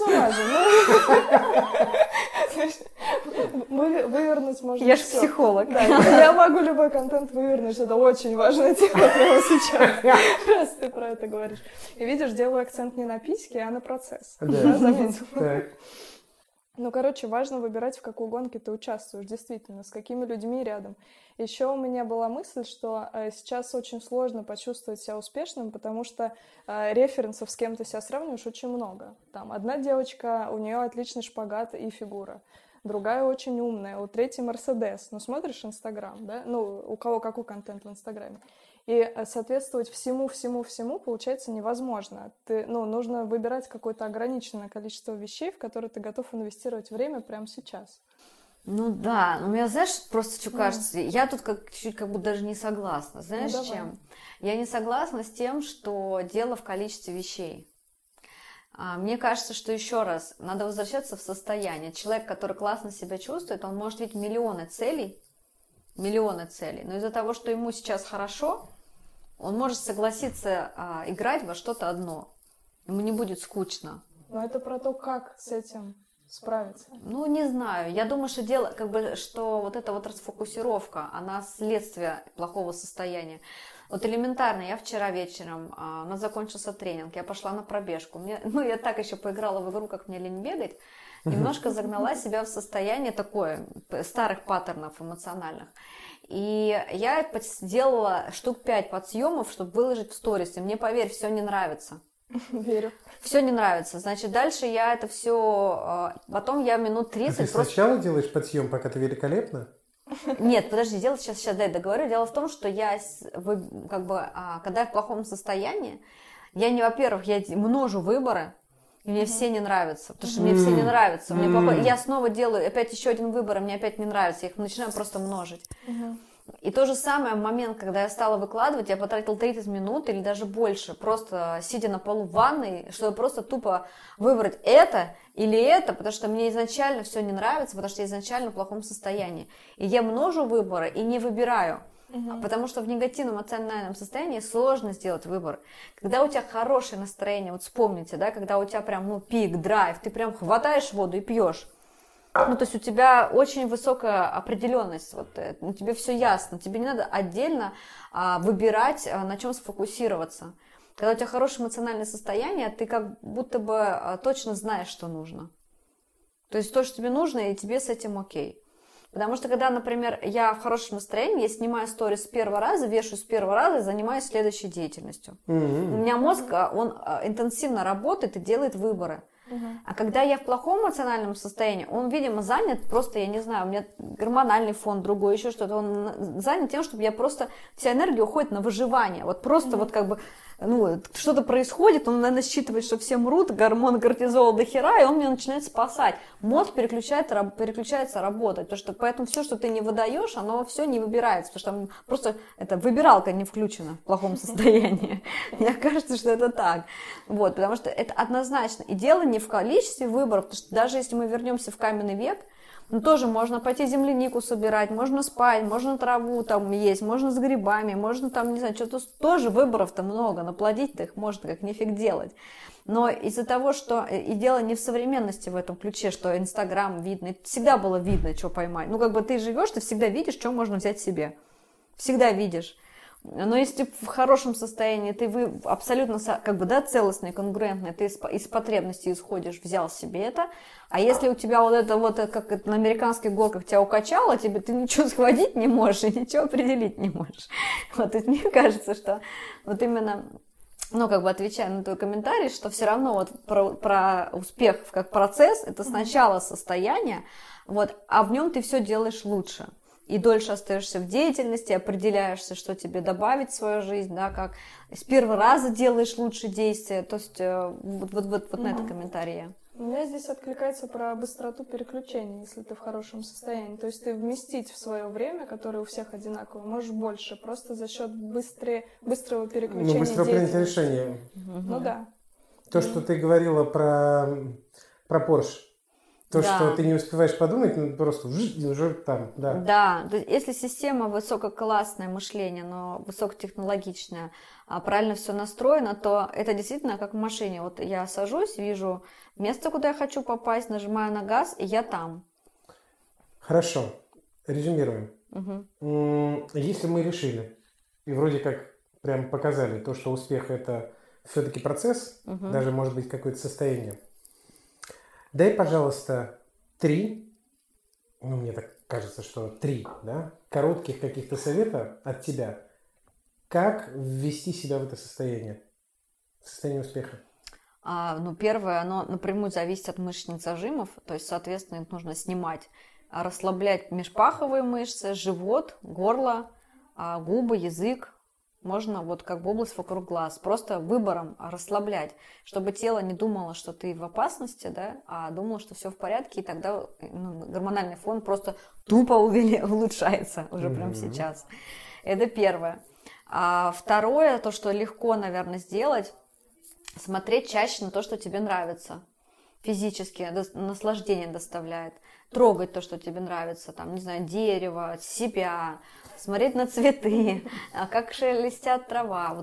важен. Вывернуть можно Я же всё. психолог. Да, я могу любой контент вывернуть, это очень важная тема прямо сейчас, раз ты про это говоришь. И видишь, делаю акцент не на письки, а на процесс. Да, заметил. Так. Ну, короче, важно выбирать, в какой гонке ты участвуешь, действительно, с какими людьми рядом. Еще у меня была мысль, что сейчас очень сложно почувствовать себя успешным, потому что референсов, с кем ты себя сравниваешь, очень много. Там одна девочка, у нее отличный шпагат и фигура, другая очень умная, у третьей Мерседес. Ну, смотришь Инстаграм, да? Ну, у кого какой контент в Инстаграме. И соответствовать всему получается невозможно. Нужно выбирать какое-то ограниченное количество вещей, в которые ты готов инвестировать время прямо сейчас. Ну да, у меня, знаешь, просто что кажется, я тут чуть-чуть как бы даже не согласна. Знаешь, Ну, с чем? Я не согласна с тем, что дело в количестве вещей. Мне кажется, что еще раз, надо возвращаться в состояние. Человек, который классно себя чувствует, он может видеть миллионы целей, но из-за того, что ему сейчас хорошо, он может согласиться играть во что-то одно. Ему не будет скучно. Но это про то, как с этим справиться. Ну, не знаю. Я думаю, что дело, что вот эта вот расфокусировка, она следствие плохого состояния. Вот элементарно, я вчера вечером, у нас закончился тренинг, я пошла на пробежку. Я так еще поиграла в игру, как мне лень бегать, немножко загнала себя в состояние такое, старых паттернов эмоциональных. И я сделала штук 5 подсъемов, чтобы выложить в сторис. И мне, поверь, все не нравится. Верю. Все не нравится. Значит, дальше я это все... Потом я минут 30 А ты просто... сначала делаешь подъем, пока ты великолепна? Нет, подожди, дело сейчас дай договорю. Дело в том, что я как бы, когда я в плохом состоянии, я не, во-первых, я множу выборы, и мне все не нравятся, потому что мне все не нравятся. Мне плохой. Я снова делаю опять еще один выбор, и мне опять не нравится. Я их начинаю просто множить. И то же самое в момент, когда я стала выкладывать, я потратила 30 минут или даже больше, просто сидя на полу в ванной, чтобы просто тупо выбрать это или это, потому что мне изначально все не нравится, потому что я изначально в плохом состоянии. И я множу выборы и не выбираю. Потому что в негативном эмоциональном состоянии сложно сделать выбор. Когда у тебя хорошее настроение, вот вспомните, да, когда у тебя прям пик, драйв, ты прям хватаешь воду и пьешь. То есть у тебя очень высокая определенность, тебе все ясно, тебе не надо отдельно выбирать, на чем сфокусироваться. Когда у тебя хорошее эмоциональное состояние, ты как будто бы точно знаешь, что нужно. То есть то, что тебе нужно, и тебе с этим окей. Потому что когда, например, я в хорошем настроении, я снимаю сторис с первого раза, вешаю с первого раза и занимаюсь следующей деятельностью. У меня мозг, он интенсивно работает и делает выборы. А когда я в плохом эмоциональном состоянии, он, видимо, занят просто, я не знаю, у меня гормональный фон другой, еще что-то, он занят тем, чтобы я просто, вся энергия уходит на выживание, просто что-то происходит, он, наверное, считывает, что все мрут, гормон кортизола до хера, и он меня начинает спасать. Мозг переключается работать, потому что поэтому все, что ты не выдаешь, оно все не выбирается, потому что просто эта выбиралка не включена в плохом состоянии. Мне кажется, что это так. Потому что это однозначно. И дело не в количестве выборов, потому что даже если мы вернемся в каменный век, тоже можно пойти землянику собирать, можно спать, можно траву там есть, можно с грибами, можно там, не знаю, что-то, тоже выборов-то много, но плодить-то их можно как нифиг делать. Но из-за того, что и дело не в современности в этом ключе, что Инстаграм видно, всегда было видно, что поймать. Ты живешь, ты всегда видишь, что можно взять себе. Всегда видишь. Но если ты в хорошем состоянии, ты абсолютно целостный, конгруентный, ты из потребностей исходишь, взял себе это, а если у тебя как это на американских горках тебя укачало, ты ничего схватить не можешь и ничего определить не можешь. И мне кажется, что именно, отвечая на твой комментарий, что все равно про успех как процесс, это сначала состояние, а в нем ты все делаешь лучше. И дольше остаешься в деятельности, определяешься, что тебе добавить в свою жизнь, как с первого раза делаешь лучшие действия. То есть на это комментарий. У меня здесь откликается про быстроту переключения, если ты в хорошем состоянии. То есть ты вместить в свое время, которое у всех одинаковое, можешь больше, просто за счет быстрого переключения. Быстрого принятия решения. Да. То, что ты говорила про Porsche. Что ты не успеваешь подумать, просто уже там, да. Да, то есть, если система высококлассное мышление, но высокотехнологичное, правильно все настроено, то это действительно как в машине. Я сажусь, вижу место, куда я хочу попасть, нажимаю на газ, и я там. Хорошо, резюмируем. Если мы решили, и вроде как прям показали то, что успех это все-таки процесс, даже может быть какое-то состояние, дай, пожалуйста, 3, мне так кажется, что 3, да, коротких каких-то совета от тебя, как ввести себя в это состояние успеха. Первое, оно напрямую зависит от мышечных зажимов, то есть, соответственно, их нужно снимать, расслаблять межпаховые мышцы, живот, горло, губы, язык. Можно как бы область вокруг глаз, просто выбором расслаблять, чтобы тело не думало, что ты в опасности, да, а думало, что все в порядке, и тогда гормональный фон просто тупо улучшается уже прямо сейчас. Это первое. Второе, то, что легко, наверное, сделать, смотреть чаще на то, что тебе нравится. Физически наслаждение доставляет. Трогать то, что тебе нравится, дерево, себя, смотреть на цветы, как шелестят трава,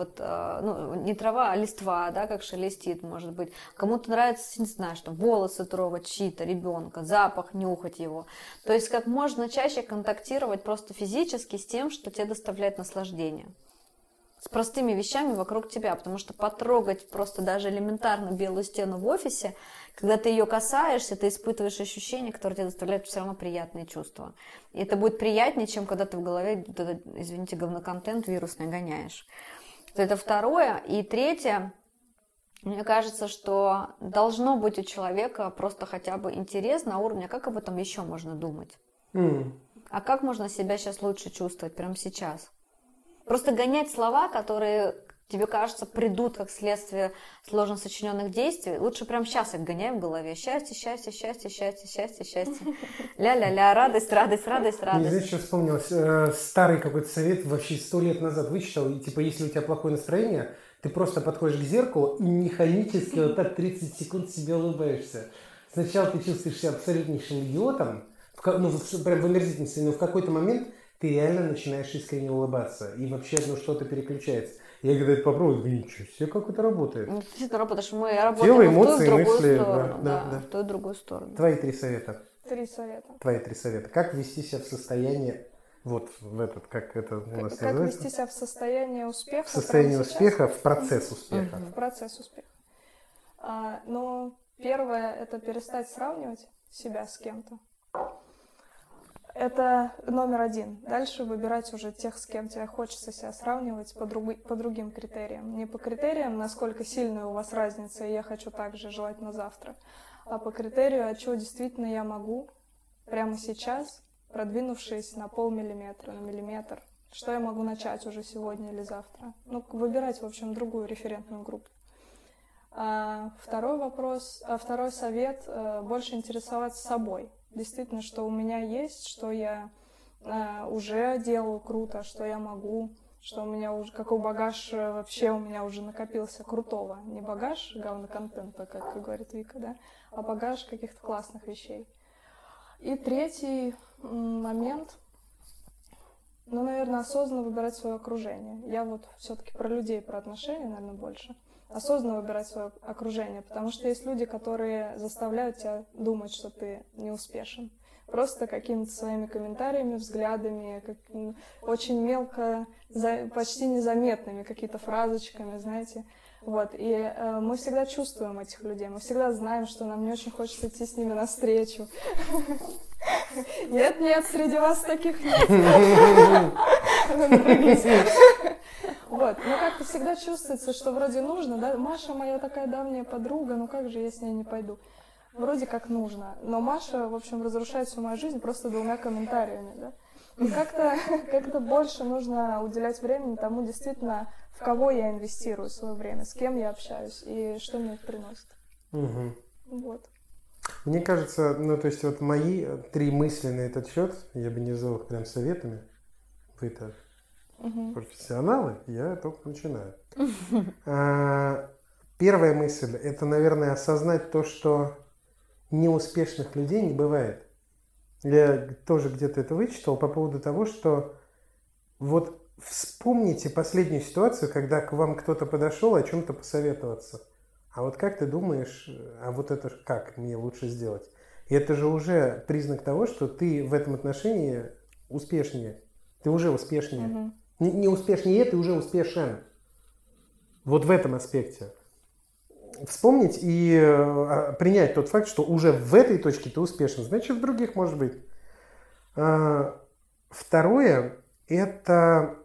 не трава, а листва, да, как шелестит, может быть. Кому-то нравится, не знаю, что волосы трогать чьи-то, ребенка, запах, нюхать его. То есть как можно чаще контактировать просто физически с тем, что тебе доставляет наслаждение. С простыми вещами вокруг тебя, потому что потрогать просто даже элементарно белую стену в офисе, когда ты ее касаешься, ты испытываешь ощущения, которые тебе доставляют все равно приятные чувства. И это будет приятнее, чем когда ты в голове, извините, говноконтент вирусный гоняешь. Это второе. И третье, Мне кажется, что должно быть у человека просто хотя бы интерес на уровне, а как об этом еще можно думать? А как можно себя сейчас лучше чувствовать, прямо сейчас? Просто гонять слова, которые, тебе кажется, придут как следствие сложно сочиненных действий, лучше прямо сейчас их гоняй в голове. Счастье, счастье, счастье, счастье, счастье, счастье. Ля-ля-ля, радость, радость, радость, Не радость. знаешь, что вспомнилось? Старый какой-то совет вообще 100 лет назад вычитал. И, типа, если у тебя плохое настроение, ты просто подходишь к зеркалу и механически вот так 30 секунд себе улыбаешься. Сначала ты чувствуешь себя абсолютнейшим идиотом, прям в омерзительном состоянии, но в какой-то момент ты реально начинаешь искренне улыбаться. И вообще, что-то переключается. Я когда это попробую, говорю, ничего себе, как это работает. Ну, действительно работаешь, мы работаем Тело, в ту и эмоции, в другую мысли, сторону. да. В ту и в другую сторону. Твои 3 совета. 3 совета. Твои 3 совета. Как вести себя в состоянии, вот в этот, как это у нас Как называется? вести себя в состоянии успеха? В состоянии прямо сейчас? успеха, в процесс успеха. В процесс успеха. Но первое – это перестать сравнивать себя с кем-то. Это номер 1. Дальше выбирать уже тех, с кем тебе хочется себя сравнивать по другим критериям. Не по критериям, насколько сильная у вас разница, и я хочу так же, желательно завтра, а по критерию, а чего действительно я могу прямо сейчас, продвинувшись на полмиллиметра, на миллиметр. Что я могу начать уже сегодня или завтра. Выбирать, в общем, другую референтную группу. Второй совет – больше интересоваться собой. Действительно, что у меня есть, что я уже делаю круто, что я могу, что у меня уже, какой багаж вообще у меня уже накопился крутого. Не багаж говно-контента, как говорит Вика, да, а багаж каких-то классных вещей. И третий момент, наверное, осознанно выбирать свое окружение. Я вот все-таки про людей, про отношения, наверное, больше. Осознанно выбирать свое окружение, потому что есть люди, которые заставляют тебя думать, что ты не успешен. Просто какими-то своими комментариями, взглядами, очень мелко, почти незаметными какие-то фразочками, знаете. И мы всегда чувствуем этих людей, мы всегда знаем, что нам не очень хочется идти с ними навстречу. Нет, среди вас таких нет. Но как-то всегда чувствуется, что вроде нужно, да, Маша моя такая давняя подруга, как же я с ней не пойду? Вроде как нужно, но Маша, в общем, разрушает всю мою жизнь просто 2 комментариями, да. И как-то больше нужно уделять времени тому, действительно, в кого я инвестирую свое время, с кем я общаюсь и что мне это приносит. Угу. Мне кажется, то есть вот мои 3 мысли на этот счет, я бы не назвал их прям советами, вы-то профессионалы, я только начинаю. Первая мысль – это, наверное, осознать то, что неуспешных людей не бывает. Я тоже где-то это вычитал по поводу того, что вот вспомните последнюю ситуацию, когда к вам кто-то подошел о чем-то посоветоваться. А вот как ты думаешь, а вот это как мне лучше сделать? И это же уже признак того, что ты в этом отношении успешнее. Ты уже успешнее. Не успешнее, ты уже успешен. Вот в этом аспекте. Вспомнить и принять тот факт, что уже в этой точке ты успешен. Значит, в других может быть. Второе – это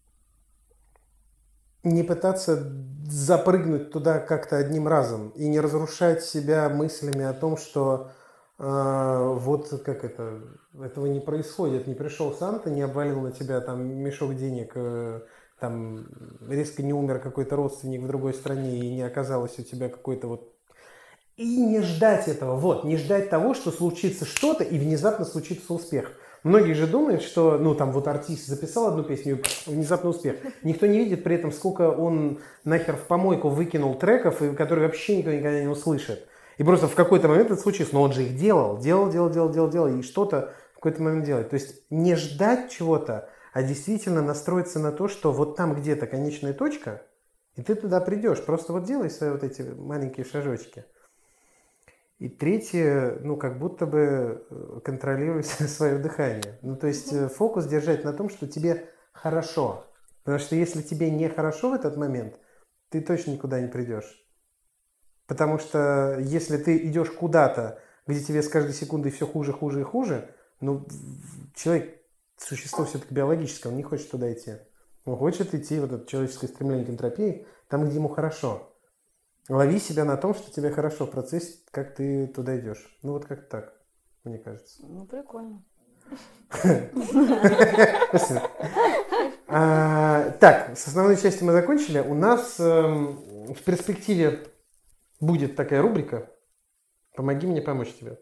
не пытаться запрыгнуть туда как-то одним разом и не разрушать себя мыслями о том, что этого не происходит. Не пришел Санта, не обвалил на тебя там мешок денег, там резко не умер какой-то родственник в другой стране и не оказалось у тебя какой-то И не ждать этого, не ждать того, что случится что-то и внезапно случится успех. Многие же думают, что, артист записал одну песню, внезапно успех. Никто не видит при этом, сколько он нахер в помойку выкинул треков, которые вообще никто никогда не услышит. И просто в какой-то момент это случилось. Но он же их делал, и что-то в какой-то момент делать. То есть не ждать чего-то, а действительно настроиться на то, что вот там где-то конечная точка, и ты туда придешь. Просто делай свои эти маленькие шажочки. И третье, как будто бы контролировать свое дыхание. То есть фокус держать на том, что тебе хорошо. Потому что если тебе не хорошо в этот момент, ты точно никуда не придешь. Потому что если ты идешь куда-то, где тебе с каждой секундой все хуже, хуже и хуже, человек, существо все-таки биологическое, он не хочет туда идти. Он хочет идти, это человеческое стремление к энтропии, там, где ему хорошо. Лови себя на том, что тебе хорошо в процессе, как ты туда идешь. Ну, вот как так, мне кажется. Ну, прикольно. Спасибо. Так, с основной частью мы закончили. У нас в перспективе будет такая рубрика «Помоги мне помочь тебе».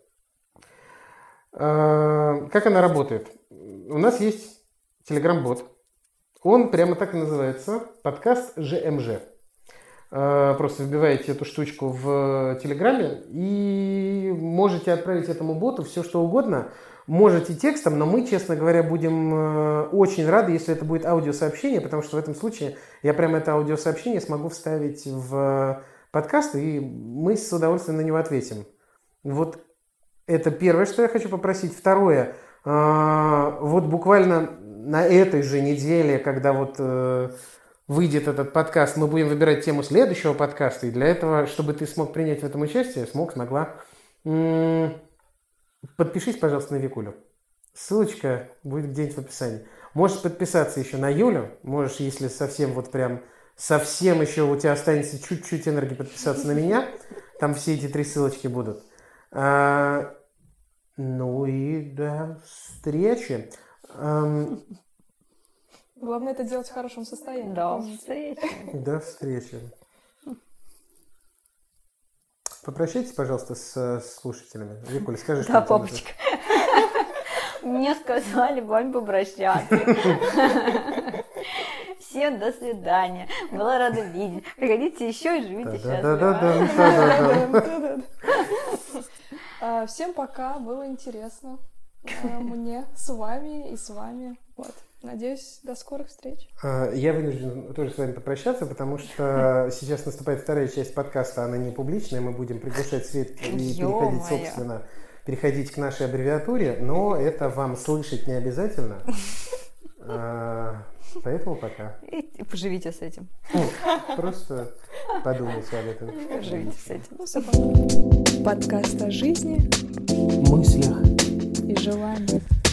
Как она работает? У нас есть Telegram-бот. Он прямо так и называется. Подкаст ЖМЖ. Просто вбиваете эту штучку в Телеграме и можете отправить этому боту все, что угодно. Можете текстом, но мы, честно говоря, будем очень рады, если это будет аудиосообщение, потому что в этом случае я прямо это аудиосообщение смогу вставить в подкаст, и мы с удовольствием на него ответим. Вот это первое, что я хочу попросить. Второе, вот буквально на этой же неделе, когда вот выйдет этот подкаст, мы будем выбирать тему следующего подкаста, и для этого, чтобы ты смог принять в этом участие, смогла, подпишись, пожалуйста, на Викулю. Ссылочка будет где-нибудь в описании. Можешь подписаться еще на Юлю, можешь, если совсем вот прям, совсем еще у тебя останется чуть-чуть энергии, подписаться на меня, там все эти 3 ссылочки будут. Ну и до встречи. Главное это делать в хорошем состоянии. До встречи. До встречи. Попрощайтесь, пожалуйста, с слушателями. Викуля, скажи, что Да, папочка. Мне сказали вам попрощаться. Всем до свидания. Была рада видеть. Приходите еще и живите счастливо. Всем пока. Было интересно. Мне с вами и с вами. Вот. Надеюсь, до скорых встреч. Я вынужден тоже с вами попрощаться, потому что сейчас наступает вторая часть подкаста, она не публичная, мы будем приглушать свет и переходить, собственно, переходить к нашей аббревиатуре, но это вам слышать не обязательно, поэтому пока. И поживите с этим. Просто подумайте об этом. Поживите с этим. Ну, все, пока. Подкаст о жизни, мыслях и желаниях.